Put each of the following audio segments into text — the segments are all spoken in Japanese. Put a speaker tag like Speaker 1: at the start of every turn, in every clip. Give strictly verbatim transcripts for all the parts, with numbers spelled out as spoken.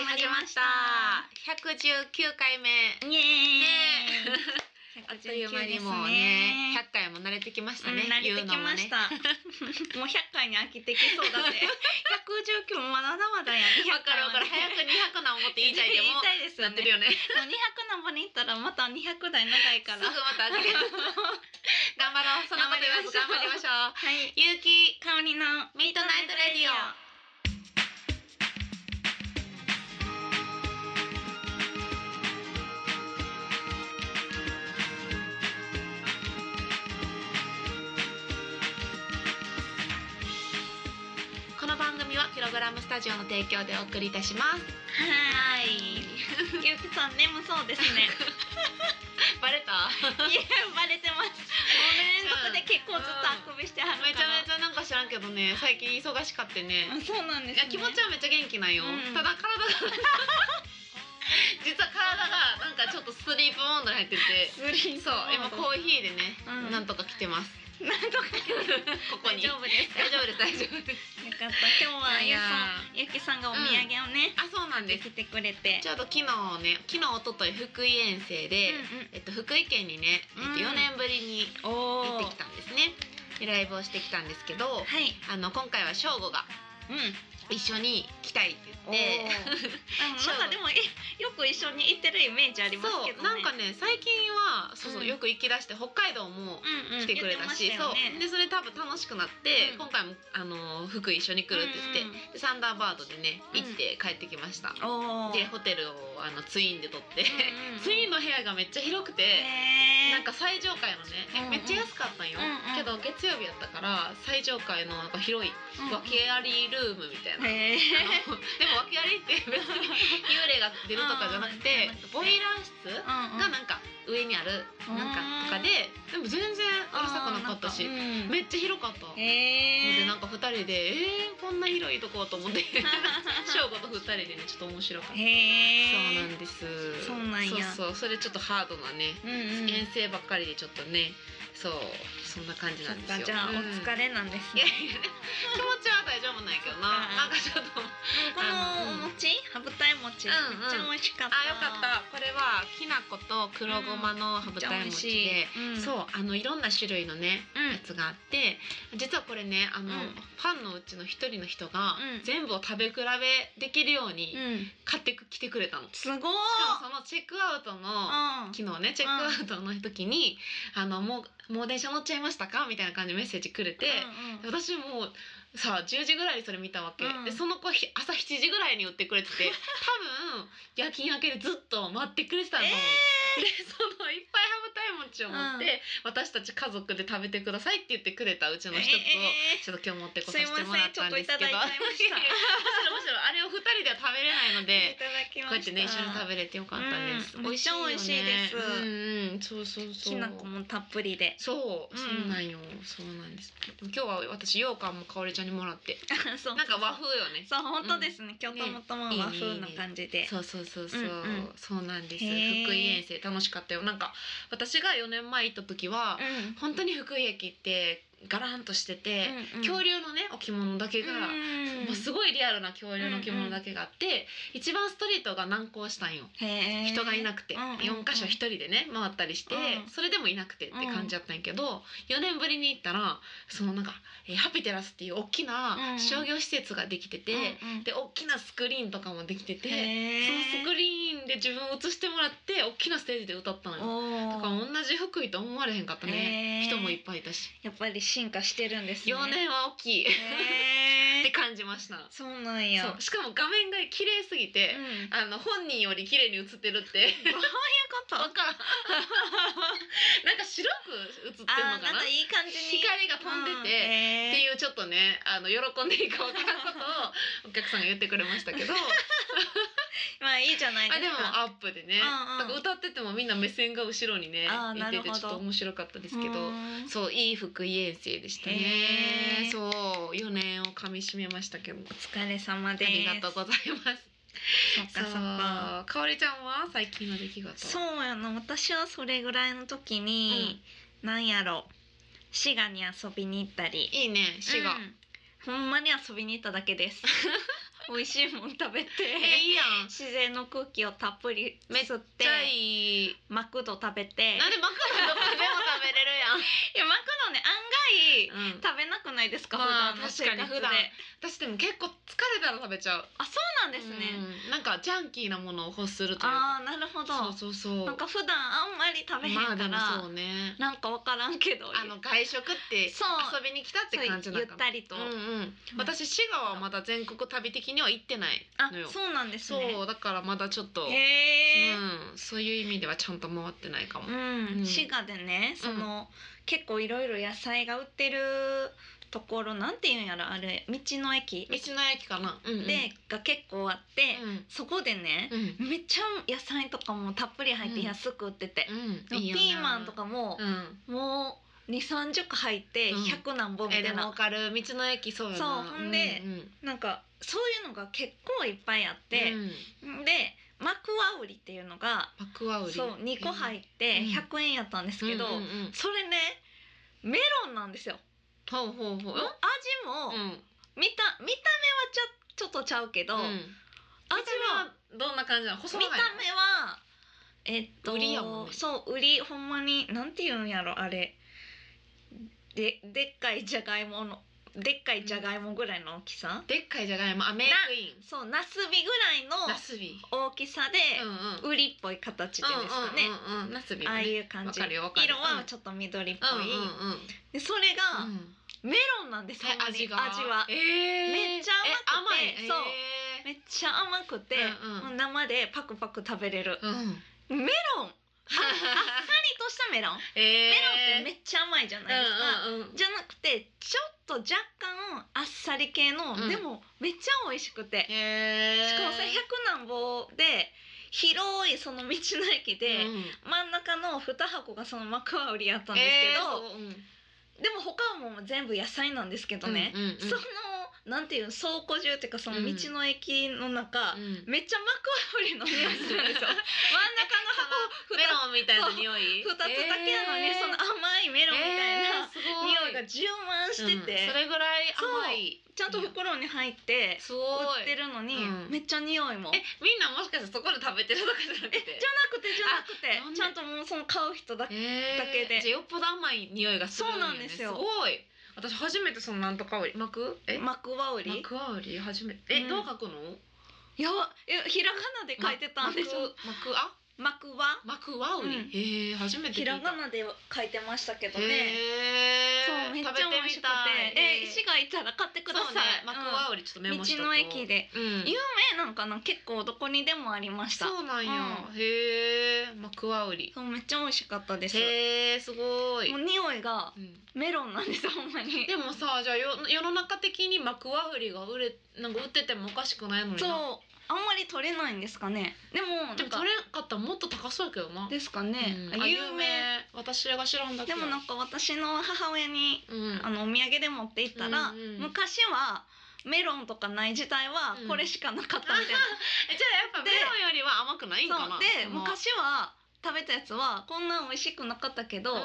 Speaker 1: 始まりました。ひゃくじゅうきゅうかいめ。
Speaker 2: イエーイ。
Speaker 1: ねあっという間にもうね、ひゃっかいも慣れてきましたね。
Speaker 2: うん、慣れてきました。もうひゃっかいに飽きてきそうだね。ひゃくじゅうきゅうもまだまだやね。
Speaker 1: わかるわかる。早くにひゃくなんもって言いたいでも。
Speaker 2: 言いたいですよね。
Speaker 1: なってるよね。
Speaker 2: もうにひゃくなんぼに行ったらまたにひゃくだい長いから。
Speaker 1: すぐまた飽きる。頑張ろう。そんなこと言わず頑張りましょう。
Speaker 2: はい。
Speaker 1: ゆうき
Speaker 2: かおりの
Speaker 1: ミッドナイトレディオ。この番組はキログラムスタジオの提供でお送りいたします。
Speaker 2: はい。ゆうきさん眠そうですね。
Speaker 1: バレた？
Speaker 2: いやバレてます。ごめん、そこで結構ずっとあくびしてはるから。
Speaker 1: めちゃめちゃなんか知らんけどね、最近忙しかってね。
Speaker 2: あ、そうなんですね。
Speaker 1: いや気持ちはめっちゃ元気なんよ。
Speaker 2: うん、
Speaker 1: ただ体が実は体がなんかちょっとスリープモードに入ってて、
Speaker 2: スリープ
Speaker 1: そう
Speaker 2: モード
Speaker 1: 今コーヒーでね、
Speaker 2: うん、
Speaker 1: なんとか来てます。
Speaker 2: なんとか
Speaker 1: ここに
Speaker 2: 大丈夫ですか？
Speaker 1: 大丈夫です大丈夫です。
Speaker 2: よかった。今日はゆうさん、ゆきさんがお土産をね、
Speaker 1: うん、あ、そうなんです。
Speaker 2: 来てくれて、
Speaker 1: ちょうど昨日ね、昨日おととい福井遠征で、うんうん、えっと福井県にね、えっとよねんぶりに行ってきたんですね。でライブをしてきたんですけど、はい、あの今回は翔吾が、うん、一緒に来たいって言って、
Speaker 2: なんかでもよく一緒に行ってるイメージありますけどね。
Speaker 1: そうなんかね最近はそうそう、うん、よく行きだして北海道も来てくれたし、うんうん、そうでそれ多分楽しくなって、うん、今回もあの福井一緒に来るって言って、うんうん、でサンダーバードでね行って帰ってきました。うん、でホテルをあのツインで取って、うんうん、ツインの部屋がめっちゃ広くて、なんか最上階のね、うんうん、めっちゃ安かったんよ、うんうん、けど月曜日やったから最上階のなんか広い訳ありルームみたいな、うんうん、あのでも訳ありって別に幽霊が出るとかじゃなくて、ボイラー室がなんか上にあるなんかとかで、でも全然うるさくなかったし、うん、めっちゃ広かった。でなんかふたりでえー、こんな広いとこと思って翔吾とふたりでねちょっと面白かった。そうなんです。
Speaker 2: そうなんや。
Speaker 1: そうそうそれちょっとハードなね、うんうん、遠征ばっかりでちょっとね、そうそんな感じなんですよ。
Speaker 2: じゃあ、うん、お疲れなんですね。
Speaker 1: いやいや気持ちは大丈夫ないけどな。なんかちょっと
Speaker 2: このお餅、羽二重餅、うんうん、めっちゃ美味しかった。
Speaker 1: あ、よかった。これはきな粉と黒ごまの羽二重餅で、うん、そうあのいろんな種類のね、うん、やつがあって、実はこれねあの、うん、ファンのうちの一人の人が、うん、全部を食べ比べできるように買ってきてくれたの。すごい。しかもそのチェックアウトの、うん、昨日ねチェックアウトの時に、あのもうもう電車乗っちゃいましたかみたいな感じでメッセージくれて、うんうん、私もうさあじゅうじぐらいにそれ見たわけ、うん、でその子朝しちじぐらいに売ってくれてて多分夜勤明けでずっと待ってくれてたの、えー、でそのいっぱい羽二重餅を持って、うん、私たち家族で食べてくださいって言ってくれたうちの一つを、えー、ちょっと今日持ってこさせてもらったんですけど、むしろむしろあれをふたりでは食べれないのでこうやってね一緒に食べれてよかったです、うん、美味しいよね。美味しいです、うんうん、そうそうそう、
Speaker 2: きな粉もたっぷりで、
Speaker 1: そう、うん、そうなんよ、そうなんです。でも今日は私羊羹もかおりちゃんにもらってそうなんか和風よね。
Speaker 2: そう本当ですね、うん、今日ともとも和風な感じで、ね、
Speaker 1: そうそうそうそう、うんうん、そうなんです。福井遠征楽しかったよ。なんか私がよねんまえ行った時は、うん、本当に福井駅ってガランとしてて、うんうん、恐竜のね置物だけが、うん、もうすごいリアルな恐竜の置物だけがあって、うんうん、一番ストリートが難航したんよ。人がいなくて、うんうんうん、よんかしょ一人でね回ったりして、うん、それでもいなくてって感じだったんやけど、うん、よねんぶりに行ったらそのなんか、えー、ハピテラスっていう大きな商業施設ができてて、うんうん、で大きなスクリーンとかもできてて、そのスクリーンで自分を映してもらって大きなステージで歌ったのよ。だから同じ福井と思われへんかったね。人もいっぱいいたし、
Speaker 2: やっぱり進化してるんですね。
Speaker 1: よねんは大きいって感じました。
Speaker 2: そうなんや。
Speaker 1: そうしかも画面が綺麗すぎて、うん、あの本人より綺麗に映ってるってどういう
Speaker 2: こと
Speaker 1: わからんなんか白く映ってるのかな、
Speaker 2: なんかいい感じに
Speaker 1: 光が飛んでて、うん、っていうちょっとねあの喜んでいいかわからんことをお客さんが言ってくれましたけど
Speaker 2: まあいいじゃないですか。
Speaker 1: あでもアップでね、うんうん、なんか歌っててもみんな目線が後ろにねいててちょっと面白かったですけど、そういい福井遠征でしたね。そうよねんを噛み締めましたけど、お
Speaker 2: 疲れ様です。
Speaker 1: ありがとうございます。
Speaker 2: そっかそっか。
Speaker 1: かおりちゃんは最近の出来事？
Speaker 2: そうやな、私はそれぐらいの時に、うん、なんやろ滋賀に遊びに行ったり。
Speaker 1: いいね滋賀、
Speaker 2: うん、ほんまに遊びに行っただけです美味しいもん食べて、
Speaker 1: えいいやん。
Speaker 2: 自然の空気をたっぷり吸って
Speaker 1: めっちゃいい。
Speaker 2: マクド食べて、
Speaker 1: なんでマクドどこでも食べれるやん。
Speaker 2: いやマクドね案外、
Speaker 1: うん、
Speaker 2: 食べなくないですか、
Speaker 1: まあ
Speaker 2: 普段の生活で。
Speaker 1: 確かに普段私でも結構疲れたら食べちゃう。
Speaker 2: あ、そうなんですね、
Speaker 1: うん、なんかジャンキーなものを欲するというか。
Speaker 2: あーなるほど。
Speaker 1: そうそうそう。
Speaker 2: なんか普段あんまり食べへんから、
Speaker 1: まあでもそうね、
Speaker 2: なんかわからんけど、
Speaker 1: あの外食って遊
Speaker 2: そう
Speaker 1: びに来たって感じ
Speaker 2: そうゆ
Speaker 1: だから。
Speaker 2: ったりと、
Speaker 1: うんうん、私滋賀はまだ全国旅的には行ってないのよ。
Speaker 2: あ、そうなんですね。
Speaker 1: そうだからまだちょっと、
Speaker 2: へえ、
Speaker 1: うん、そういう意味ではちゃんと回ってないかも。
Speaker 2: うん
Speaker 1: うん
Speaker 2: 滋賀でね、その、結構いろいろ野菜が売ってるところ、なんていうんやろ、あれ道の駅
Speaker 1: 道の駅かな、うんうん、
Speaker 2: でが結構あって、
Speaker 1: うん
Speaker 2: そこでね、
Speaker 1: うん
Speaker 2: めっちゃ野菜とかもたっぷり入って安く売ってて、
Speaker 1: うん、いいよな。
Speaker 2: ピーマンとかも、
Speaker 1: うん、
Speaker 2: もうに、さんじゅっこ入って
Speaker 1: うん
Speaker 2: ひゃくなんぼみたいな、
Speaker 1: えでもわかる、道の駅そうよな。
Speaker 2: そうほんで
Speaker 1: うん
Speaker 2: なんかそういうのが結構いっぱいあって、
Speaker 1: うん、
Speaker 2: でマクワウリっていうのが
Speaker 1: マクワウリ、
Speaker 2: そうにこ入ってひゃくえんやったんですけど、
Speaker 1: うんうんうん、
Speaker 2: それねメロンなんですよ。
Speaker 1: ほうほうほう、
Speaker 2: 味も、
Speaker 1: うん
Speaker 2: 見た見た目はちょちょっとちゃうけど、
Speaker 1: うん、
Speaker 2: 味は
Speaker 1: どんな感じなの？細
Speaker 2: 見た
Speaker 1: 長いの？
Speaker 2: 目はえっと
Speaker 1: 売りやもんね。
Speaker 2: そう売り、ほんまになんていうんやろ、あれででっかいじゃがいものでっかいじゃがいもぐらいの大きさ、
Speaker 1: でっかいじゃがいも、あ、メークイン、
Speaker 2: そうナスビぐらいの
Speaker 1: ナスビ、
Speaker 2: 大きさで、
Speaker 1: うんうん、
Speaker 2: 売りっぽい形でですかね、
Speaker 1: うんうんうんうん、ナスビ、ね、
Speaker 2: ああいう感じ。
Speaker 1: わかるよわかる。
Speaker 2: 色はちょっと緑っぽい、
Speaker 1: うんうんうん、
Speaker 2: でそれが、
Speaker 1: うん、
Speaker 2: メロンなんです。ほんまに
Speaker 1: 味が
Speaker 2: 味は、
Speaker 1: えー、
Speaker 2: めっちゃ甘くて、
Speaker 1: え甘い、
Speaker 2: そう
Speaker 1: えー、
Speaker 2: めっちゃ甘くて、
Speaker 1: うんうん、
Speaker 2: もう生でパクパク食べれる、
Speaker 1: うん、
Speaker 2: メロンあ, あっさりとしたメロン、
Speaker 1: えー、
Speaker 2: メロンってめっちゃ甘いじゃないですか、
Speaker 1: うんうんうん、
Speaker 2: じゃなくてちょっと若干あっさり系の、
Speaker 1: うん、
Speaker 2: でもめっちゃ美味しくて、
Speaker 1: えー、
Speaker 2: しかもさひゃくなんぼで広いその道の駅で、
Speaker 1: うん、
Speaker 2: 真ん中のに箱がそのマクワウリやったんですけど、
Speaker 1: えー、うん、
Speaker 2: でも他はもう全部野菜なんですけどね、
Speaker 1: うんうんうん、
Speaker 2: そのなんていう倉庫中っていうかその道の駅の中、
Speaker 1: うん、
Speaker 2: めっちゃマクワウリの匂いするんですよ真ん中の箱
Speaker 1: メロンみたいな匂い
Speaker 2: ふたつだけなのに、えー、その甘いメロンみたいな、
Speaker 1: えー、すごい
Speaker 2: 匂いが充満してて、
Speaker 1: うん、それぐらい甘い、
Speaker 2: ちゃんと袋に入って
Speaker 1: すごい
Speaker 2: 売ってるのに、
Speaker 1: うん、
Speaker 2: めっちゃ匂いも、
Speaker 1: えみんなもしかしてそこで食べてるとかじゃなくて、
Speaker 2: えじゃなくてじゃなくてちゃんともうその買う人だけ、
Speaker 1: えー、
Speaker 2: だけで、
Speaker 1: じゃあよっぽど甘い匂いがするんよね。
Speaker 2: そうなんですよ。
Speaker 1: すごい。私初めてそのなんとかウリマクえ
Speaker 2: マクワウリ
Speaker 1: マクワウリ初めてえ、うん、どう書くの？
Speaker 2: いやえひらがなで書いてたんでしょ。
Speaker 1: マクあ
Speaker 2: マクワ
Speaker 1: マクワウリ、うん、へえ初めて聞いた。
Speaker 2: ひらがなで書いてましたけどね。
Speaker 1: へ
Speaker 2: そうめっちゃ美味しくて、え石がいたら買ってください。
Speaker 1: そうね、マクワウリちょっとメモしとこう。
Speaker 2: 道の駅で、うん、有名なんかな、結構どこにでもありました。
Speaker 1: そうなんや、うん、へえマクワウリ
Speaker 2: そうめっちゃ美味しかったです。
Speaker 1: へえすごい。
Speaker 2: もう匂いがメロンなんですほんまに。
Speaker 1: でもさじゃあよ世の中的にマクワウリが売れなんか売っててもおかしくないのにな。
Speaker 2: そうあんまり取れないんですかね。でも
Speaker 1: でも取れなかったらもっと高そうやけどな。
Speaker 2: ですかね。
Speaker 1: うん、有名私が知らんだけ。
Speaker 2: でもなんか私の母親に、
Speaker 1: うん、
Speaker 2: あのお土産で持って行ったら、うんうん、昔はメロンとかない自体はこれしかなかったみたいな。うん、
Speaker 1: じゃあやっぱメロンよりは甘くないんかな。
Speaker 2: で昔は食べたやつはこんな美味しくなかったけど、
Speaker 1: うんうん、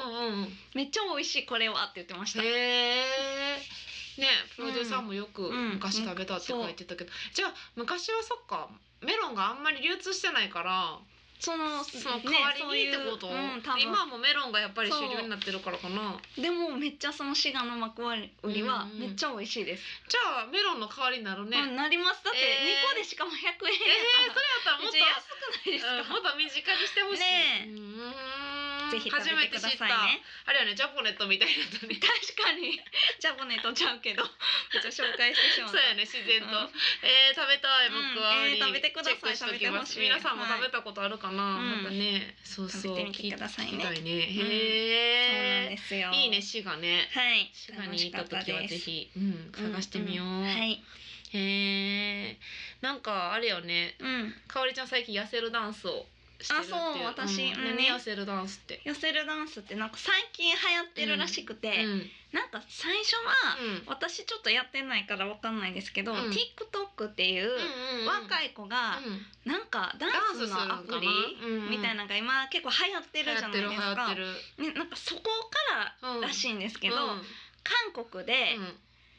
Speaker 2: めっちゃ美味しいこれはって言ってました。
Speaker 1: へえ。ね、プロデューサーもよく昔食べたって書いてたけど、うんうん、じゃあ昔はそっかメロンがあんまり流通してないから
Speaker 2: その
Speaker 1: その代わりにってこと、ね、うん、今もメロンがやっぱり主流になってるからかな。
Speaker 2: でもめっちゃその滋賀のマクワウリはめっちゃ美味しいです、
Speaker 1: うんうん、じゃあメロンの代わりになるね。
Speaker 2: なります。だってにこでしかもひゃくえんや
Speaker 1: ったら、えー、それやったらもっと
Speaker 2: 安くないですか、
Speaker 1: うん、もっと身近にしてほしい
Speaker 2: ねえ。
Speaker 1: うん
Speaker 2: ぜひ食べてくださいね。
Speaker 1: あれはねジャポネットみたいなとね。
Speaker 2: 確かにジャポネットちゃうけどめっちゃ紹介してしまった。
Speaker 1: そうやね自然と、うん、えー、食べたい僕は、うん
Speaker 2: えー、食べてください。食べてほしい。
Speaker 1: 皆さんも食べたことあるかな、はい、またね、うん、そうそう
Speaker 2: 食べてみてくださいね。
Speaker 1: 聞きたいね。へ
Speaker 2: え、そうなんですよ。
Speaker 1: いいね滋賀ね。
Speaker 2: はい。
Speaker 1: 滋賀に行った時はぜひ、うん、探してみよう。
Speaker 2: うんうん、はい。
Speaker 1: へえ、なんかあれよね。
Speaker 2: うん。
Speaker 1: かおりちゃん最近痩せるダンスをしてるっていう。
Speaker 2: あ、そう私、
Speaker 1: うん、ね、ね、痩せるダンスって。
Speaker 2: 痩せるダンスってなんか最近流行ってるらしくて、
Speaker 1: うんうん、
Speaker 2: なんか最初は、うん、私ちょっとやってないからわかんないですけど、うん、TikTok っていう若い子が、うん、なんかダンスのアプリみたいなのが今結構流行ってるじゃないですか。ね、なんかそこかららしいんですけど、韓国で、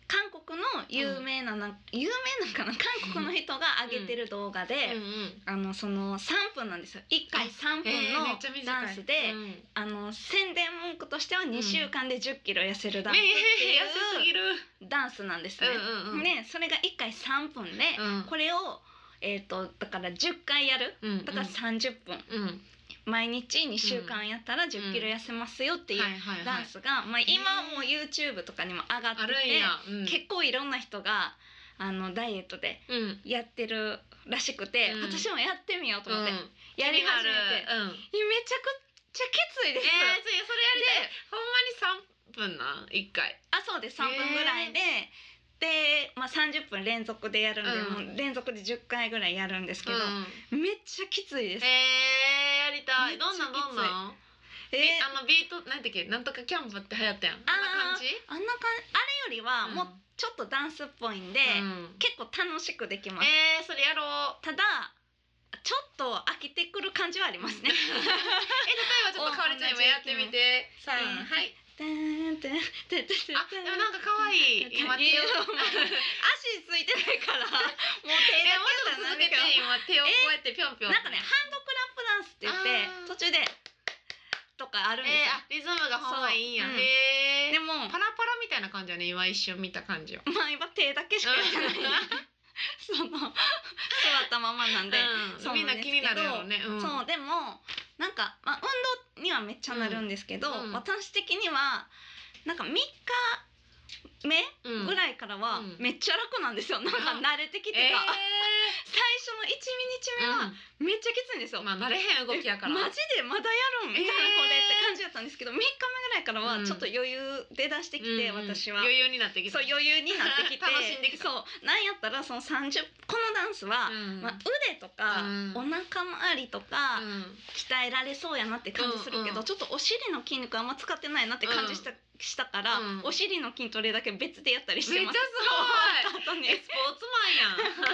Speaker 2: 韓国の有名な、うん、な有名なかな韓国の人が上げてる動画で、うんうん、あのそのさんぷんなんですよ。いっかいさんぷんのダンスで、えーうん、あの宣伝文句としてはにしゅうかんでじゅっキロ痩せるダンスっていうダンスなんですね。うんうんうん、でそれがいっかいさんぷんで、うん、これを、えー、とだからじゅっかいやる、うんうん、だからさんじゅっぷん。うん毎日にしゅうかんやったらじゅっキロ痩せますよっていうダンスが、まあ、今も YouTube とかにも上がってて、うん、結構いろんな人があのダイエットでやってるらしくて、うん、私もやってみようと思って、うん、やり始めて、うん、めちゃくちゃきついです。
Speaker 1: えー、それやりたい。ほんまにさんぷんないっかい。
Speaker 2: あ、そうです。さんぷんぐらいで、で、まあ、さんじゅっぷん連続でやるんで、うん、もう連続でじゅっかいぐらいやるんですけど、うん、めっちゃきついです。
Speaker 1: えー、やりたい。どんなんどんなんえー、あのビートなんていうっけなんとかキャンプって流行ったやん。あんな感じ
Speaker 2: あんな感じあれよりはもうちょっとダンスっぽいんで、うん、結構楽しくできます。
Speaker 1: えー、それやろう。
Speaker 2: ただちょっと飽きてくる感じはありますね。え、例
Speaker 1: えばちょっとかおりちゃん今やってみて。さあ、はい。あ、でもなんか可愛い。今手を
Speaker 2: 足ついてないから、もう手だけ
Speaker 1: だ続けて今手をこうやってぴょんぴょん。
Speaker 2: なんかね、ハンドクラップダンスって言って途中でとかあるんですよ。
Speaker 1: えー、リズムがほんまいいんや。へえ。でもパラパラみたいな感じやね。今一瞬見た感じは。
Speaker 2: まあ今手だけしかやってない。その座ったままなんで、
Speaker 1: うん、そうみんな気になるよね。
Speaker 2: うん、そうでもなんか、まあ、運動にはめっちゃなるんですけど、うん、私的にはなんかみっかめぐらいからはめっちゃ楽なんですよ。なんか慣れてきてた。えー、最初のいちにちめはめっちゃきついんですよ。
Speaker 1: まあ慣れへん動きやから。
Speaker 2: マジでまだやるんみたいなこれって感じだったんですけど、みっかめぐらいからはちょっと余裕出だしてきて、うん、私は
Speaker 1: 余裕になってきて、
Speaker 2: そう余裕になってきて
Speaker 1: 楽しんできた。
Speaker 2: そうなんやったらそのさんじゅうこのダンスは、うんまあ、腕とか、うん、お腹周りとか、うん、鍛えられそうやなって感じするけど、うんうん、ちょっとお尻の筋肉あんま使ってないなって感じした、うんしたから、うん、お尻の筋トレだけ別でやったりしてます。
Speaker 1: めっちゃすごい。ね、スポーツマンやん。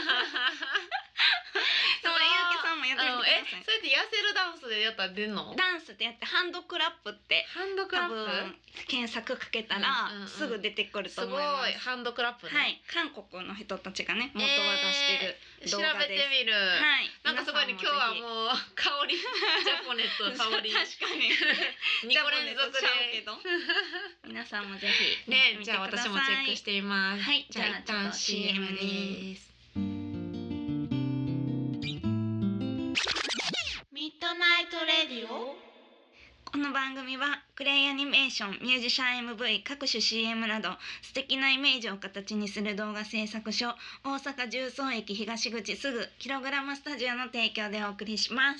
Speaker 2: そうゆうきさんもやってみてください。
Speaker 1: え、それって痩せるダンスでやったら出んの？
Speaker 2: ダンスでやってハンドクラップって
Speaker 1: ハンドクラップ
Speaker 2: 検索かけたら、うんうんうん、すぐ出てくると思います。
Speaker 1: すごいハンドクラップね。
Speaker 2: はい、韓国の人たちがね元は出してる動画です。
Speaker 1: 調べてみる。はい。なんかすごいね、今日はもう香りジャポネット香り。
Speaker 2: 確かに。
Speaker 1: にこ連続で。
Speaker 2: 皆さんもぜひ
Speaker 1: ね、じゃあ私もチェックしています。
Speaker 2: はい、じゃあ一旦 シーエム です。ミッドナイトレディオ。この番組はクレイアニメーション、ミュージシャン エムブイ、各種 シーエム など素敵なイメージを形にする動画制作所、大阪十三駅東口すぐキログラムスタジオの提供でお送りします。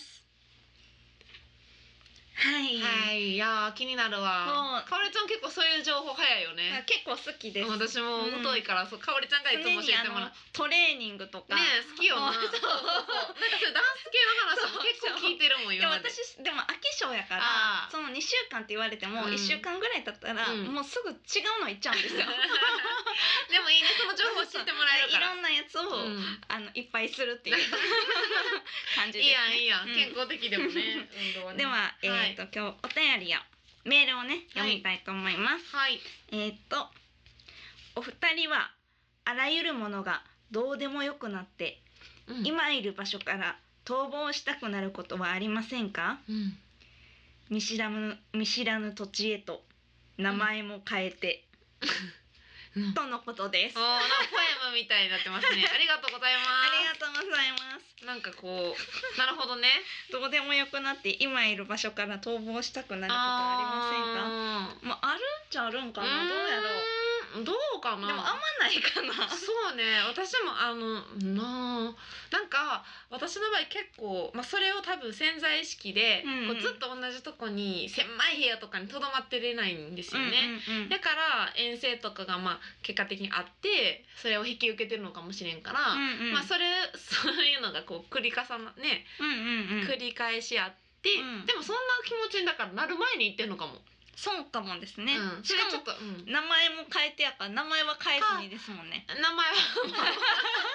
Speaker 2: はい、
Speaker 1: はい、いや気になるわ。かおりちゃん結構そういう情報早いよね。
Speaker 2: 結構好きです。
Speaker 1: 私も疎いから、うん、そうかおりちゃんがいつも教えてもらう。
Speaker 2: トレーニングとか
Speaker 1: ね好きよな。そうそうそうなんかそうダンス系の話も結構聞いてるもんよ。
Speaker 2: で私でも飽き性やからそのにしゅうかんって言われてもいっしゅうかんぐらい経ったら、うん、もうすぐ違うのいっちゃうんですよ。
Speaker 1: でもいいね、その情報知ってもらえるから。
Speaker 2: いろんなやつを、うん、あのいっぱいするっていう感じですね。
Speaker 1: いいやんいいやん、うん、健康的でもね。運動はね。では
Speaker 2: えっ、ー、と、はい、今日お便りやメールをね読みたいと思います。
Speaker 1: はい。
Speaker 2: えっ、ー、とお二人はあらゆるものがどうでもよくなって、うん、今いる場所から逃亡したくなることはありませんか？うん、見知らぬ見知らぬ土地へと名前も変えて。うん、とのことです。
Speaker 1: おー、なんかポエムみたいになってますね。ありがとうございます。
Speaker 2: ありがとうございます。
Speaker 1: なんかこう、なるほどね。
Speaker 2: どうでもよくなって今いる場所から逃亡したくなることはありませんか？まあ、あるっちゃあるんかな。どうやろ
Speaker 1: う。どうかな。
Speaker 2: でもあんまないかな。
Speaker 1: そうね、私もあのななんか私の場合結構、まあ、それを多分潜在意識で、うんうん、こうずっと同じとこに狭い部屋とかにとどまってれないんですよね。うんうんうん、だから遠征とかがまあ結果的にあってそれを引き受けてるのかもしれんから、うんうん、まあそれそういうのがこう繰り重なね、うんうんうん、繰り返しあって、うん、でもそんな気持ちにだからなる前に言ってんのかも。
Speaker 2: そうかもですね。
Speaker 1: うん、それちょっと、うん、
Speaker 2: 名前も変えてやから名前は変えずにですもんね。
Speaker 1: 名前は名前はもう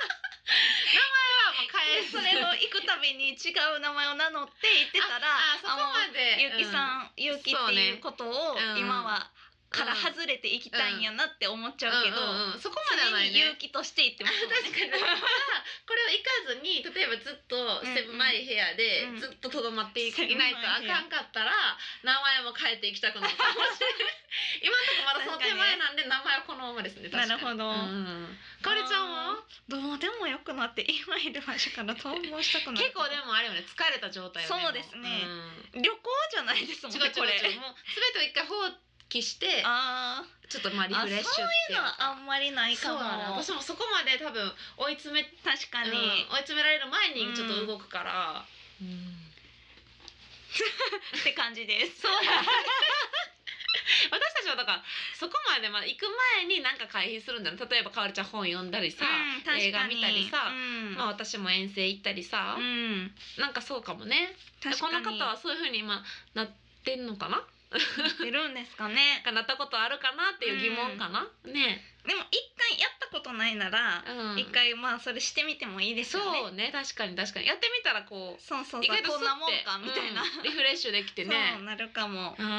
Speaker 1: 変えず。
Speaker 2: それを行くたびに違う名前を名乗って言ってたら、
Speaker 1: ああそこまで
Speaker 2: ゆうきさん、うん、ゆうきっていうことを今はから外れていきたいんやなって思っちゃうけど、
Speaker 1: うんうんうん、そこまではないね。
Speaker 2: 勇気として言ってますもんね。
Speaker 1: 確かにこれを行かずに例えばずっと狭い部屋でずっととどまっていないとあかんかったら名前も変えていきたくなるかもしれない。今のとこまだその手前なんで名前はこのままですね。
Speaker 2: なるほど。
Speaker 1: うん、かおりちゃんは
Speaker 2: どうでもよくなって今いる場所から逃亡したくなる。
Speaker 1: 結構でもあれよね、疲れた状態よね。
Speaker 2: そうですね、うん、旅行じゃないですもんね。これ
Speaker 1: もう全てを一回放棄してあちょっとまあリフレッシュっていう
Speaker 2: そういうのはあんまりないかも。
Speaker 1: 私もそこまで多分追い詰め
Speaker 2: 確かに、うん、
Speaker 1: 追い詰められる前にちょっと動くから、うんうん、
Speaker 2: って感じです。そう
Speaker 1: 私たちはだからそこまでまあ行く前に何か回避するんだよ。例えばかおりちゃん本読んだりさ、うん、映画見たりさ、うん、まあ私も遠征行ったりさ、うん、なんかそうかもね。この方はそういう風に今なってんのかな。
Speaker 2: いるんですかね。
Speaker 1: なったことあるかなっていう疑問かな、うん、ね。
Speaker 2: でも一回やったことないなら、うん、一回まあそれしてみてもいいですよね。
Speaker 1: そうね、確かに確かにやってみたらこう、
Speaker 2: そうそうそう、意外とこんなもんかみたいな、
Speaker 1: うん、リフレッシュできてね。
Speaker 2: そうなるかも。
Speaker 1: うん、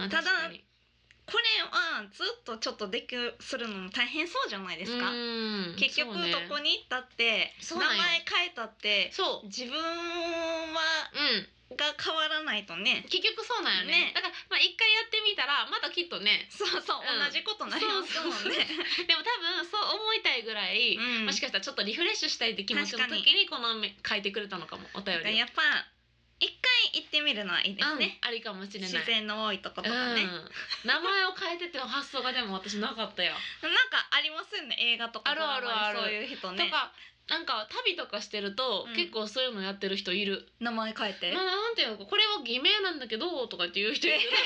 Speaker 2: ただこれはずっとちょっとできするのも大変そうじゃないですか。結局どこに行ったって、名前変えたって自分は、うんが変わらないとね。
Speaker 1: 結局そうなんよね。ね、だからまあ一回やってみたらまたきっとね。
Speaker 2: そうそう、うん、同じことなりますもんね。
Speaker 1: でも多分そう思いたいぐらい、うん、もしかしたらちょっとリフレッシュしたいって気持ちの時にこの書いてくれたのかも、お便り。
Speaker 2: やっぱ一回行ってみるのはいいですね。
Speaker 1: うん、ありかもしれない。
Speaker 2: 自然の多いとことかね。うん、
Speaker 1: 名前を変えてって発想がでも私なかったよ。
Speaker 2: なんかありますよね、映画とかドラマでそういう人ね。
Speaker 1: とかなんか旅とかしてると、うん、結構そういうのやってる人いる。
Speaker 2: 名前変えて。
Speaker 1: まあなんていうの、これは偽名なんだけどとかって言う人いる。だからえ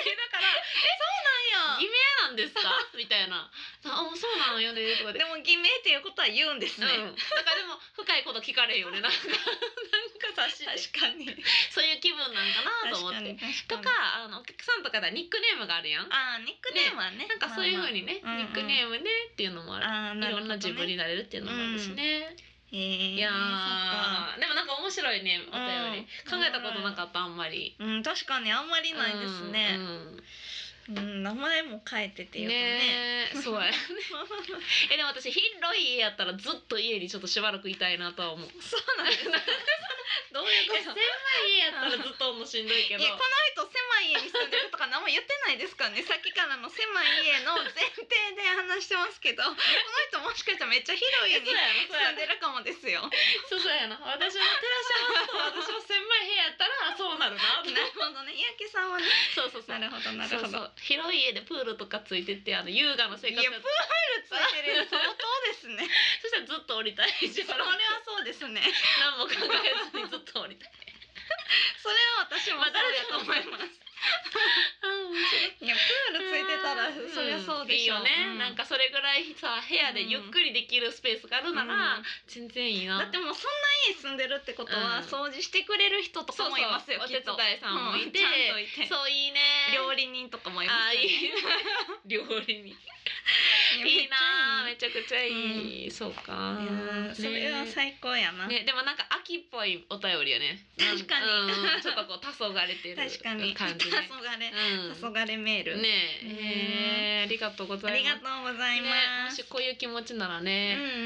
Speaker 2: そうなんや。
Speaker 1: 偽名なんですかみたいな。あそうなのよねとかで。
Speaker 2: でも偽名っていうことは言うんですね。
Speaker 1: うん、だからでも深いこと聞かれんよね。なんかなんか確
Speaker 2: かに
Speaker 1: そういう気分なんかなと思って。とかあのお客さんとかでニックネームがあるやん。
Speaker 2: あニックネームはね。ね
Speaker 1: なんかそういう風にね、まあまあ、ニックネームでっていうのもある。あいろんな自分になれるっていうのもあるしね。うん
Speaker 2: えー、
Speaker 1: いやでもなんか面白いね、お便り、うん、考えたことなかった、あんまり。
Speaker 2: うん、確かにあんまりないですね。うんうん、名前も変えてっていうとね。
Speaker 1: ねそうやね。えでも私広い家やったらずっと家にちょっとしばらくいたいなとは思う。
Speaker 2: そうなんです。どういうこと？
Speaker 1: 狭い家やったらずっとおんのしんどいけど。
Speaker 2: いやこの人狭い家に住んでるとか何も言ってないですからね。さっきからの狭い家の前提で話してますけど、この人もしかしたらめっちゃ広い家に住んでるかもですよ。
Speaker 1: そうそうやな。私も照らし合わすと私も狭い部屋やったらそうなるな。
Speaker 2: なるほどね。三宅さんはね。
Speaker 1: そうそうそう。
Speaker 2: なるほどなるほど。そうそう
Speaker 1: 広い家でプールとかついてってあの優雅な生活。
Speaker 2: いやプールついてる相当ですね。
Speaker 1: そしたらずっと降りたい。
Speaker 2: それはそうですね。
Speaker 1: 何も考えずにずっと降りたい。
Speaker 2: それは私もそうだと思います。いやプールついてたらそりゃそうでしょう、
Speaker 1: いいよね、うん、なんかそれぐらいさ部屋でゆっくりできるスペースがあるなら、うん、全然いいな。
Speaker 2: だってもうそんな家住んでるってことは、うん、掃除してくれる人とかもいますよ。
Speaker 1: そうそう、お手伝いさんもいて、うん、いてそういいね。
Speaker 2: 料理人とかもいますよね。
Speaker 1: いい料理人いいな、めちゃくちゃいい、うん、そうか、
Speaker 2: ね、それは最高やな、
Speaker 1: ね、でもなんか秋っぽいお便りよね。
Speaker 2: 確かに、
Speaker 1: うん、ちょっとこう黄昏れてる
Speaker 2: 確かに
Speaker 1: 感じ、
Speaker 2: ね、黄昏れ、うん、黄昏メール
Speaker 1: ねえ、えー、ありがとうございます。
Speaker 2: ありがとうございます、
Speaker 1: ね、もしこういう気持ちならね、うんうんうん、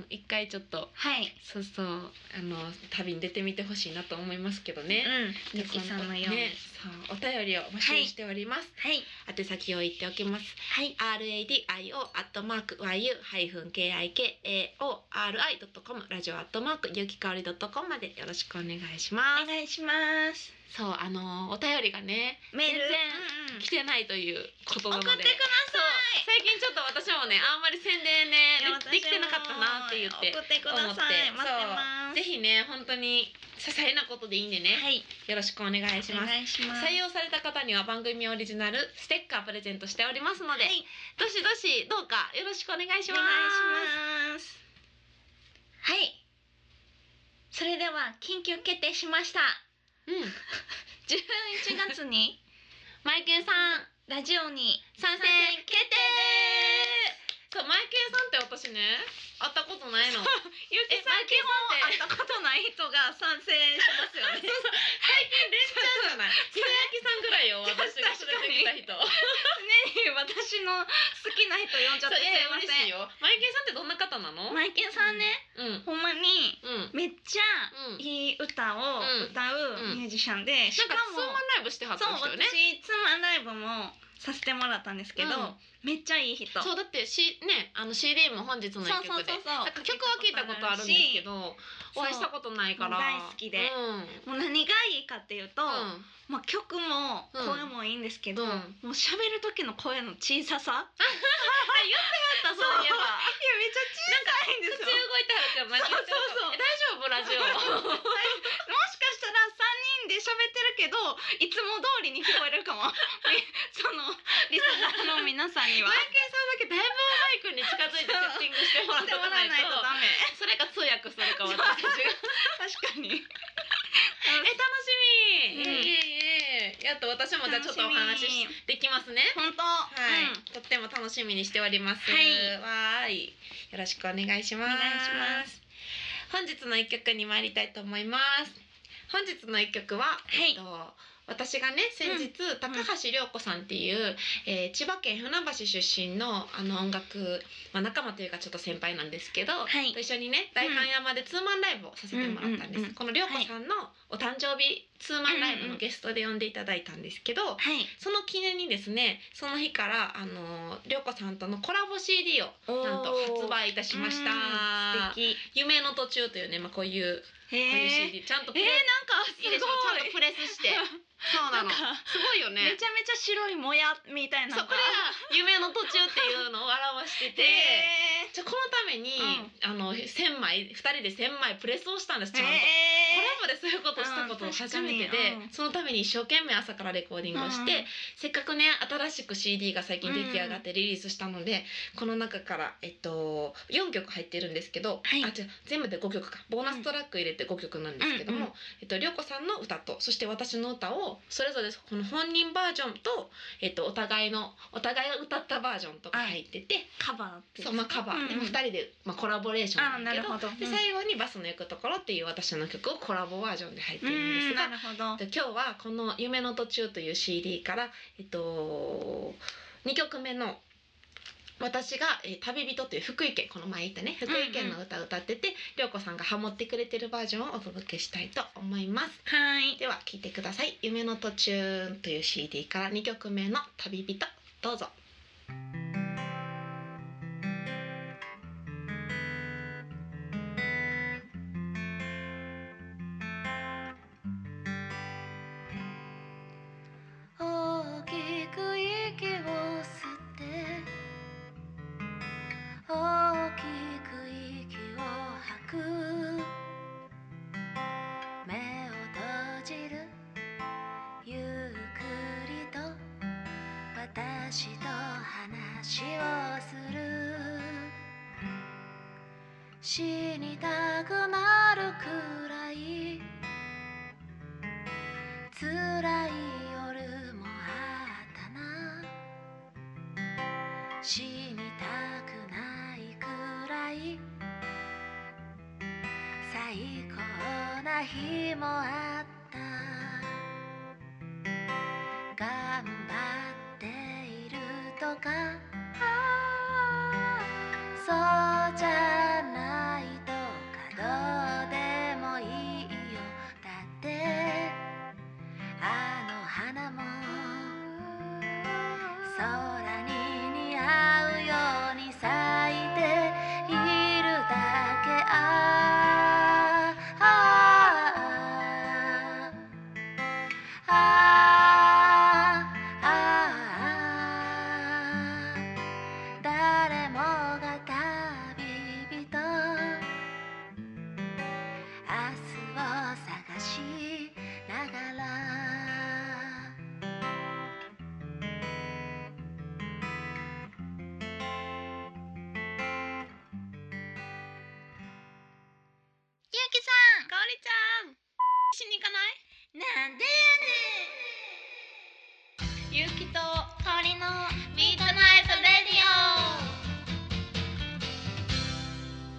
Speaker 1: 一回ちょっと、
Speaker 2: はい、
Speaker 1: そうそうあの旅に出てみてほしいなと思いますけどね。
Speaker 2: うん、ゆきさんのように、ね、
Speaker 1: そうお便りを募集しております。
Speaker 2: はい、
Speaker 1: 宛先を言っておきます。はい、アールエーディーアイオーアットマークワイユーハイフンケーアイケーエーオーアールアイドットコムラジオアットマークゆきかおりドットコムまでよろしくお願いします。
Speaker 2: お願いします。
Speaker 1: そうあのお便りがね
Speaker 2: メール
Speaker 1: 全然来てないということなので、
Speaker 2: 送ってください。
Speaker 1: 最近ちょっと私もねあんまり宣伝ねできてなかったなって言って
Speaker 2: 送ってください。待ってます。
Speaker 1: ぜひね本当に些細なことでいいんでね、はい、よろしくお願いします。
Speaker 2: お願いします。
Speaker 1: 採用された方には番組オリジナルステッカープレゼントしておりますので、はい、どしどしどうかよろしくお願いします。
Speaker 2: お願いします。はい、それでは緊急決定しました。
Speaker 1: うん、
Speaker 2: じゅういちがつに
Speaker 1: マイケンさん
Speaker 2: ラジオに
Speaker 1: 参戦決定です。そうマイケンさんって私ね会ったことないの。
Speaker 2: ゆうきさん基本会ったことない人が賛成しますよね。
Speaker 1: 最近連チャンじゃない。ひろやきさんぐらいよ、私が連れてきた人。
Speaker 2: 常に私の好きな人呼んじゃってすいません。
Speaker 1: 嬉しいよ。マイケンさんってどんな方なの？
Speaker 2: マイケンさんね、
Speaker 1: うん、
Speaker 2: ほんまにめっちゃいい歌を歌うミュージシャンで、
Speaker 1: しかもツーマンライブしてはったんですよね。
Speaker 2: そう、私ツーマンライブもさせてもらったんですけど、うん、めっちゃいい人。
Speaker 1: そうだってしね、あの シーディー も本日の一曲で、曲は聞いたことあるんですけど、お会いしたことないから
Speaker 2: 大好きで、うん、もう何がいいかっていうと、うん、まあ曲も声もいいんですけど、うん、もう喋る時の声の小ささ。
Speaker 1: 言ってはったそういえば。い
Speaker 2: やめっちゃ小さいんですよ。
Speaker 1: 口動いてはるから何言ってるか。大丈夫ラジオ。もし
Speaker 2: かしたら三人で喋ってるけどいつも通りに聞こえるかも。そのリスナーの皆さんには。
Speaker 1: マイケンさんだけだいぶマイクに近づいてセッティングしてもらってもらわないとダメ。それか通訳するか私たちが。
Speaker 2: 確かに。え
Speaker 1: 楽しみ。うん、いえいえ。やっと私もじゃあちょっとお話できますね。
Speaker 2: 本当。
Speaker 1: はい、うん。とっても楽しみにしております。はい。わーい。よろしくお願いします。
Speaker 2: お願いします。
Speaker 1: 本日の一曲に参りたいと思います。本日の一曲は、はい、えっと私がね先日、うん、高橋涼子さんっていう、えー、千葉県船橋出身のあの音楽、まあ、仲間というかちょっと先輩なんですけど、はい、と一緒にね代官山でツーマンライブをさせてもらったんです、うんうんうん、この涼子さんのお誕生日ツーマンライブのゲストで呼んでいただいたんですけど、うんうん、その記念にですねその日からあの涼子さんとのコラボ シーディー をなんと発売いたしました。素敵。夢の途中というね、まあ、こういうこういう シーディー ちゃんとプレ、
Speaker 2: えー、なんかすごい
Speaker 1: いいでしょ、ちゃんとプレスしてそうなのすごいよね。
Speaker 2: めちゃめちゃ白いもやみたいなのが、
Speaker 1: そうこれが夢の途中っていうのを表してて、えー、じゃこのために、うん、あの千枚ふたりで千枚プレスをしたんですちゃんと、えー、コラボでそういうことをしたこと初めてで、うん、そのために一生懸命朝からレコーディングをして、うん、せっかくね新しく シーディー が最近出来上がってリリースしたので、うん、この中からえっとよんきょく入ってるんですけど、はい、あじゃ全部でごきょくかボーナストラック入れてごきょくなんですけども、うんうん、えっと涼子さんの歌とそして私の歌をそれぞれこの本人バージョンと、えっと、お互いのお互いが歌ったバージョンとか入ってて
Speaker 2: カバーって
Speaker 1: そう、まあ、カバー、うんうん、でもふたりで、まあ、コラボレーションなんだけど、
Speaker 2: ど、うん、
Speaker 1: で最後にバスの行くところっていう私の曲をコラボバージョンで入ってるんですが、
Speaker 2: なるほど。
Speaker 1: で今日はこの夢の途中という シーディー から、えっと、にきょくめの私が、えー、旅人という福井県この前言ったね福井県の歌を歌ってて涼子さんがハモってくれてるバージョンをお届けしたいと思います。
Speaker 2: はい、
Speaker 1: では聴いてください。夢の途中という シーディー からにきょくめの旅人どうぞ。
Speaker 3: 大きく息を吸って大きく息を吐く目を閉じるゆっくりと私と話をする死にたくなるくらい辛い夜もあったな死にたくないくらい最高な日もあった頑張っているとかそうじゃないとかどうでもいいよだってあの花も空に似合うように咲いているだけあああああ誰もが旅人明日を探しながら
Speaker 2: ゆうきさん、
Speaker 1: かおりちゃんしに行かない？
Speaker 2: なんでやねん。
Speaker 1: ゆうきと
Speaker 2: かおりの
Speaker 3: ミートナイトレディオ。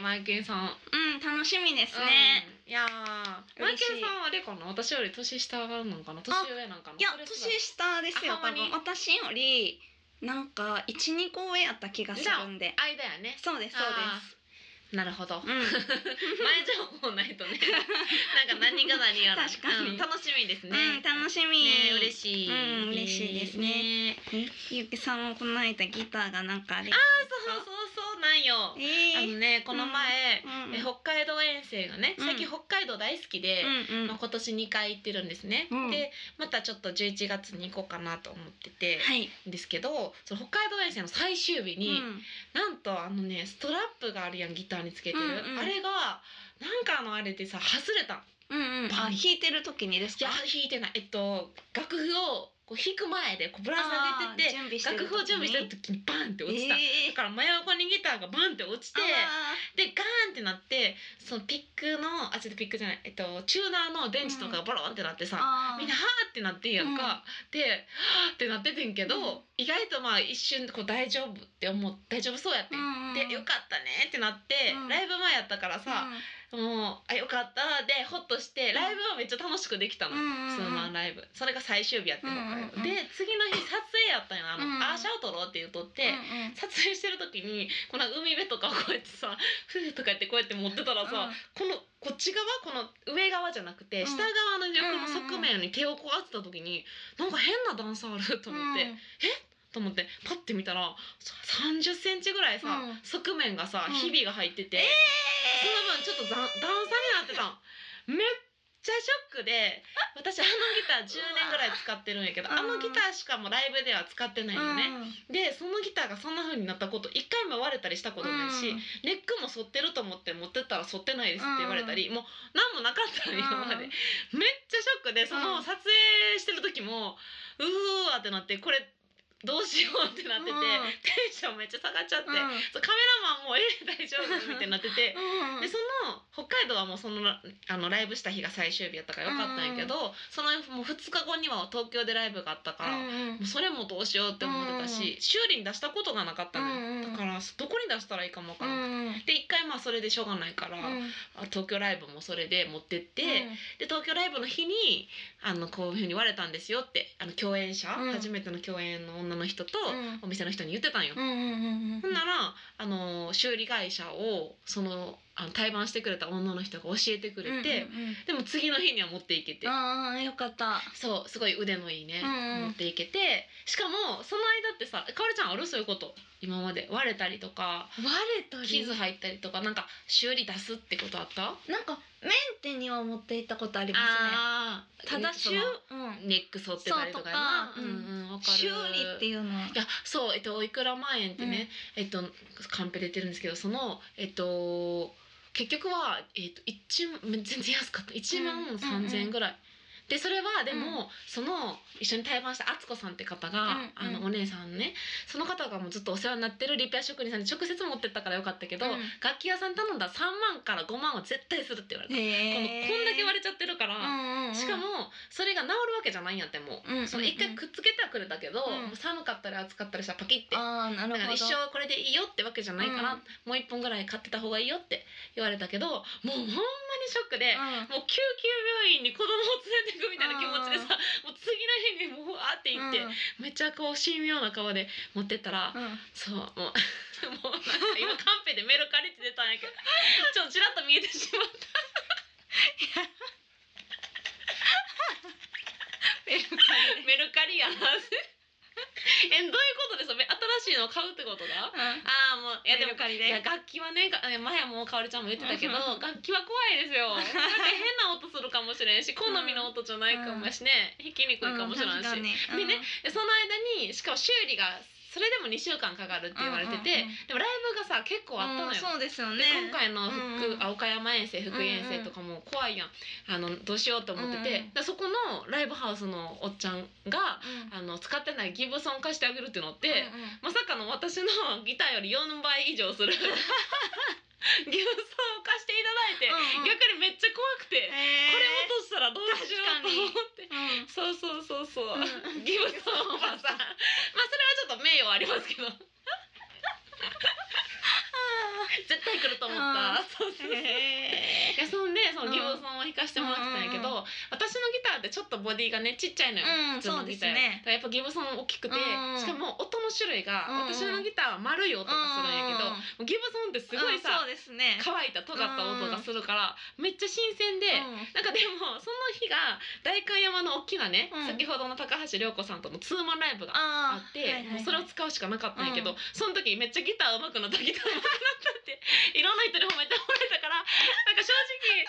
Speaker 1: マイケンさん。
Speaker 2: うん楽しみですね。
Speaker 1: いやマイケンさんはあれかな、私より年下なのかな、年上なんかな。
Speaker 2: いや年下ですよ多分。私よりなんか一二個上やった気がするんで。
Speaker 1: 間やね。
Speaker 2: そうですそうです。
Speaker 1: なるほど。前情報ないとね。なんか何が何やら。確かに楽しみですね。
Speaker 2: 楽しみ。
Speaker 1: 嬉しい。
Speaker 2: 嬉しいですね。ゆきさんもこの間ギターがなんかあれ。あ
Speaker 1: あそうそうそうなんよ。あのねこの前北海道遠征がね、最近北海道大好きで今年にかい行ってるんですね。でまたちょっとじゅういちがつに行こうかなと思っててですけど、その北海道遠征の最終日になんとあのねストラップがあるやんギターにつけてる、うんうん、あれがなんかあのあれでさ外れた。
Speaker 2: うんうん、あ弾いてる時にですか？
Speaker 1: いや弾いてない。えっと楽譜をこう弾く前でこうぶら下げてて楽譜を準備してる時にバンって落ちた、えー、だから真横にギターがバンって落ちてでガーンってなってそのピックのあちょっとピックじゃないえっとチューナーの電池とかがボロンってなってさ、うん、みんなはーってなってんやんか、うん、ではーってなっててんけど、うん、意外とまあ一瞬こう大丈夫って思う大丈夫そうやって、うんうん、でよかったねってなって、うん、ライブ前やったからさ、うんもうあよかったでホッとしてライブはめっちゃ楽しくできたの、うん、ツーマンライブそれが最終日やってんのかよ、うんうん、で次の日撮影やったんやあの、うん、アーシャを撮ろうって言うとって、うんうん、撮影してる時にこの海辺とかをこうやってさフーとかやってこうやって持ってたらさ、うん、このこっち側この上側じゃなくて、うん、下側の横の側面に手をこう当てた時になんか変な段差あると思って、うん、えと思ってパッて見たらさんじゅっセンチぐらいさ、うん、側面がさ、うん、ひびが入ってて、えー、その分ちょっと段差になってたん。めっちゃショックで私あのギターじゅうねんぐらい使ってるんやけど、うん、あのギターしかもライブでは使ってないよね、うん、でそのギターがそんな風になったこといっかいも割れたりしたことないし、うん、ネックも反ってると思って持ってったら反ってないですって言われたり、うん、もう何もなかったの今まで、うん、めっちゃショックでその撮影してる時もうーわってなってこれどうしようってなってて、うん、テンションめっちゃ下がっちゃって、うん、そうカメラマンもえー、大丈夫みたいになってて、うん、でその北海道はもうそのあのライブした日が最終日やったからよかったんやけど、うん、そのもうふつかごには東京でライブがあったから、うん、もうそれもどうしようって思ってたし、うん、修理に出したことがなかったのよ、うん、だからどこに出したらいいかもわからなくて、うん、で一回まあそれでしょうがないから、うん、東京ライブもそれで持ってって、うん、で東京ライブの日にあのこういう風に言われたんですよってあの共演者、うん、初めての共演の女の人とお店の人に言ってたんよ、うん、ほんならあの修理会社をそのあの対バンしてくれた女の人が教えてくれて、うんうんうん、でも次の日には持っていけて、
Speaker 2: あーよかった。
Speaker 1: そうすごい腕のいいね、うんうん、持っていけて、しかもその間ってさかおりちゃんあるそういうこと今まで割れたりとか
Speaker 2: 割れたり
Speaker 1: 傷入ったりとかなんか修理出すってことあった？
Speaker 2: なんかメンテには持って行ったことありますね。あただ修、
Speaker 1: うん、ネック反ってたりとかやな、うんうん、わかる。
Speaker 2: 修理っていうのはい
Speaker 1: やそうえっとおいくら万円ってね、うん、えっとカンペ出てるんですけどそのえっと結局は、えー、といち全然安かったいちまんさんぜんえんぐらい、うんうんうん、でそれはでも、うん、その一緒に対バンした敦子さんって方が、うんうん、あのお姉さんねその方がもうずっとお世話になってるリペア職人さんに直接持ってったからよかったけど、うん、楽器屋さん頼んだらさんまんからごまんは絶対するって言われた。このこんだけ割れちゃってるから、うんうんうん、しかもそれが治るわけじゃないんやってもう、うんうんうん、その一回くっつけてはくれたけど、うん、もう寒かったり暑かったりしたらパキッて
Speaker 2: あなるほど
Speaker 1: 一生これでいいよってわけじゃないから、うん、もういっぽんぐらい買ってた方がいいよって言われたけどもうほんまにショックで、うん、もう救急病院に子供を連れてくみたいな気持ちでさ、もう次の日にもうわーって行って、うん、めっちゃこう神妙な顔で持ってったら、うん、そうもうもうなんか今カンペでメルカリって出たんやけどちょっとちらっと見えてしまったメルカリメルカリやなえどういうことですか？新しいのを買うってことだ、うん、ああもういやでもいや楽器はね前もかおりちゃんも言ってたけど、うん、楽器は怖いですよだって変な音するかもしれんし好みの音じゃないかもしね、うん、弾きにくいかもしれんし、うん、でねその間にしかも修理がそれでもにしゅうかんかかるって言われてて、うんうんうん、でもライブがさ結構あったのよ、
Speaker 2: うん、そうですよね。
Speaker 1: 今回の福、うんうん、あ岡山遠征福井遠征とかも怖いやんあのどうしようと思ってて、うんうん、そこのライブハウスのおっちゃんが、うん、あの使ってないギブソン貸してあげるっていうのって、うんうん、まさかの私のギターよりよんばい以上するギブソンを貸していただいて、うんうん、逆にめっちゃ怖くて、これ落としたらどうしようと思って、うん、そうそうそうそう、うん、ギブソンはさまあそれはちょっと名誉ありますけど絶対対来ると思った。そうそうそう。いやそんでそのギブソンを弾かしてもらってたんやけど、私のギターってちょっとボディがねちっちゃいのよ。
Speaker 2: うん、そうですね。
Speaker 1: やっぱギブソン大きくて、しかも音の種類が私のギターは丸い音がするんやけど、ギブソンってすごいさ、乾いた尖った音がするからめっちゃ新鮮で、なんかでもその日が代官山の大きなね、先ほどの高橋涼子さんとのツーマンライブがあって、もうそれを使うしかなかったんやけど、その時めっちゃギター上手くなったギター上手くなったっていろんな人に褒めてもらえたから、なんか正直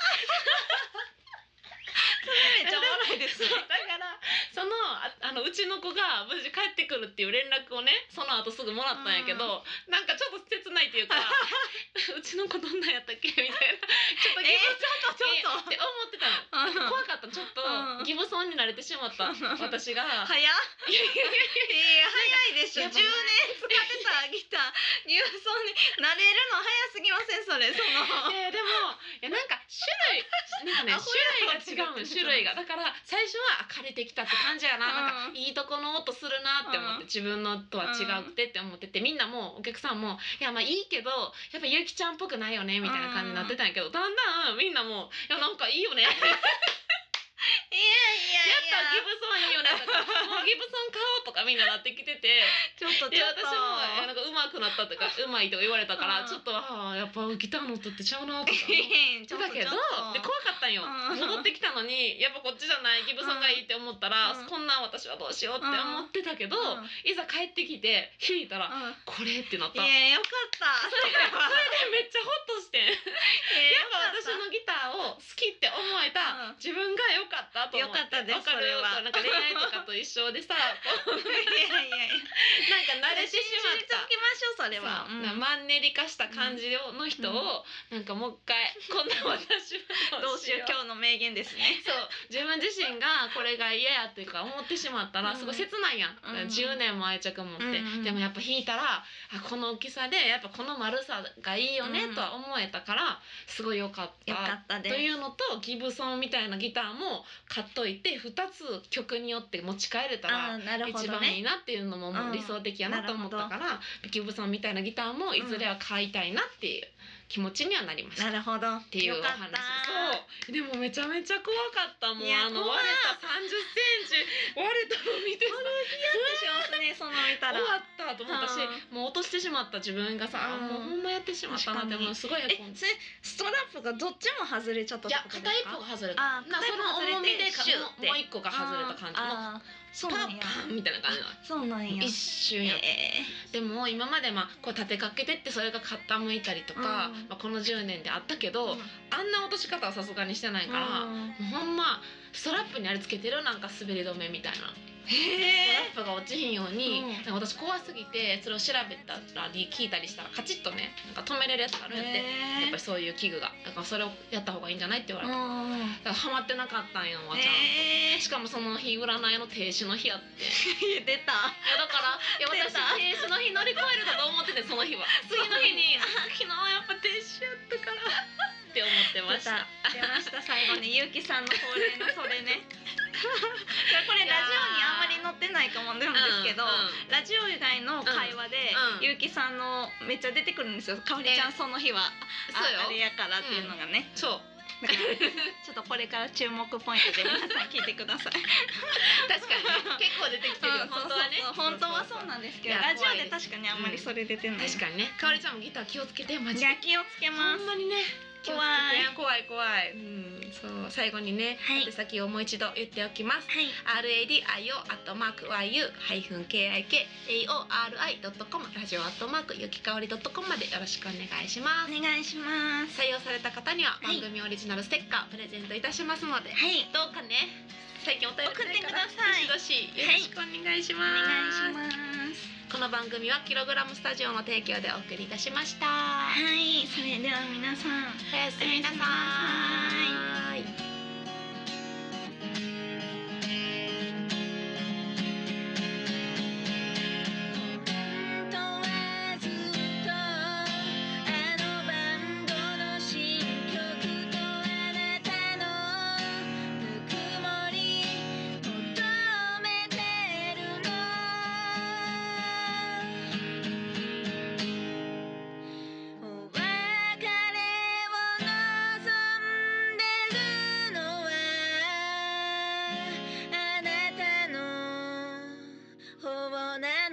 Speaker 2: それめっちゃおもろいですね。
Speaker 1: だからその あ, あのうちの子が無事帰ってくるっていう連絡をねその後すぐもらったんやけど、うん、なんかちょっと切ないっていうかうちの子どんなんやったっけみたいな、ちょっとギブソン、えー、ちょっとちょっとって思ってたの、うん、怖かった。ちょっと、うん、ギブソンに慣れてしまった私が
Speaker 2: 早っいや早いでしょ。じゅうねん使ってたギターギブソンに慣れるの早すぎませんそれ。その
Speaker 1: えー、でもいやなんか種類なんかね種類が違うの種類がだから最初は枯れてきたって感じやな、なんかいいとこの音するなって思って、自分のとは違うくてって思ってて、みんなもお客さんもいやまあいいけどやっぱゆうきちゃんっぽくないよねみたいな感じになってたんやけど、だんだんみんなもいやなんかいいよね
Speaker 2: いやいやいや
Speaker 1: やったギブソンいいよねとかもうギブソン買おうとかみんななってきてて
Speaker 2: ちょっとちょっと
Speaker 1: 私もなんか上手くなったとか上手いとか言われたから、ちょっとあやっぱギターの音ってちゃうなとか思ってたけどで怖かったんよ。戻ってきたのにやっぱこっちじゃないギブソンがいいって思ったら、こんなん私はどうしようって思ってたけど、いざ帰ってきて弾いたらこれってなった。
Speaker 2: いやよかった
Speaker 1: それでめっちゃホッとしてやっぱ私のギターを好きって思えた自分がよかったと思って。
Speaker 2: よかったです。
Speaker 1: わかる。なんか恋愛とかと一緒でさいやいやいやなんか慣れてしまった。
Speaker 2: 信じておきましょうそれは。
Speaker 1: マンネリ化した感じの人を、うん、なんかもう一回こんな私は
Speaker 2: どうしよう今日の名言ですね。
Speaker 1: そう自分自身がこれが嫌やっていうか思ってしまったらすごい切ないやん、うん、じゅうねんも愛着持って、うん、でもやっぱ弾いたらあこの大きさでやっぱこの丸さがいいよねとは思えたからすごい良かった、
Speaker 2: よかったです
Speaker 1: というのとギブソンみたいなギターも買っといてふたつ曲によって持ち帰れたら一番いいなっていうのももう理想的やなと思ったから、うん、ギブソンみたいなギターもいずれは買いたいなっていう気持ちにはなりました。
Speaker 2: なるほど
Speaker 1: っていうお話。そうでもめちゃめちゃ怖かったもん。あの割れたさんじゅっセンチ割れたの見てさ
Speaker 2: ヒヤッとしますね。その見たら
Speaker 1: 終わったと思ったし、もう落としてしまった自分がさ、もうほんまやってしまったなってもうすごいへこんで。
Speaker 2: えストラップがどっちも外れちゃったってことですか？
Speaker 1: いや片一方が外れた。あその重みでもう一個が外れた感じの。
Speaker 2: そうなんや
Speaker 1: パンパンみたいな感じなの。
Speaker 2: そうなんや。
Speaker 1: 一瞬や、えー、でも今までまあこう立てかけてってそれが傾いたりとか、うん、まあ、このじゅうねんであったけど、うん、あんな落とし方はさすがにしてないから、うん、もうほんまストラップにあれつけてるなんか滑り止めみたいな。ストラップが落ちひんように、うん、なんか私怖すぎてそれを調べたり聞いたりしたらカチッとねなんか止めれるやつがあるんやって、やっぱりそういう器具がだからそれをやった方がいいんじゃないって言われた、うん、だからハマってなかったんよわちゃんと。しかもその日占いの停止の日やって
Speaker 2: 出た。
Speaker 1: いやだからいや私停止の日乗り越えるかと思っててその日は次の日にあ昨日やっぱ停止やったからって思ってました。
Speaker 2: 出ました最後にゆうきさんの恒例のそれねこれラジオにあんまり載ってないと思うんですけど、うんうん、ラジオ以外の会話で、うん、ゆうきさんのめっちゃ出てくるんですよ。かおりちゃんその日は あ, あれやからっていうのがね、
Speaker 1: うん、そう
Speaker 2: だからちょっとこれから注目ポイントで皆さん聞いてください
Speaker 1: 確かに結構出てきてるよ本当はね。
Speaker 2: 本当はそうなんですけどラジオで確かにあんまりそれ出てない、うん、
Speaker 1: 確かにね。かおりちゃんもギター気をつけてマジで。
Speaker 2: いや気をつけます。
Speaker 1: ほんまにね
Speaker 2: 怖
Speaker 1: い怖い怖い、うん、そう最後にね、はい、宛先をもう一度言っておきます、はい、アールエーディーアイオー アットマーク ワイユー ハイフン ケーアイケーエーオーアールアイ ドットコム ラジオアットマークゆきかおり ドットコム までよろしくお願いします。
Speaker 2: お願いします。
Speaker 1: 採用された方には番組オリジナルステッカープレゼントいたしますので、はい、どうかね最近お便り
Speaker 2: 送ってください。
Speaker 1: どしどしよろしくお願いします、
Speaker 2: はい、お願いします。
Speaker 1: この番組はキログラムスタジオの提供でお送りいたしました。
Speaker 2: はい、それでは皆さん
Speaker 1: おやすみなさい。
Speaker 3: 「 よね。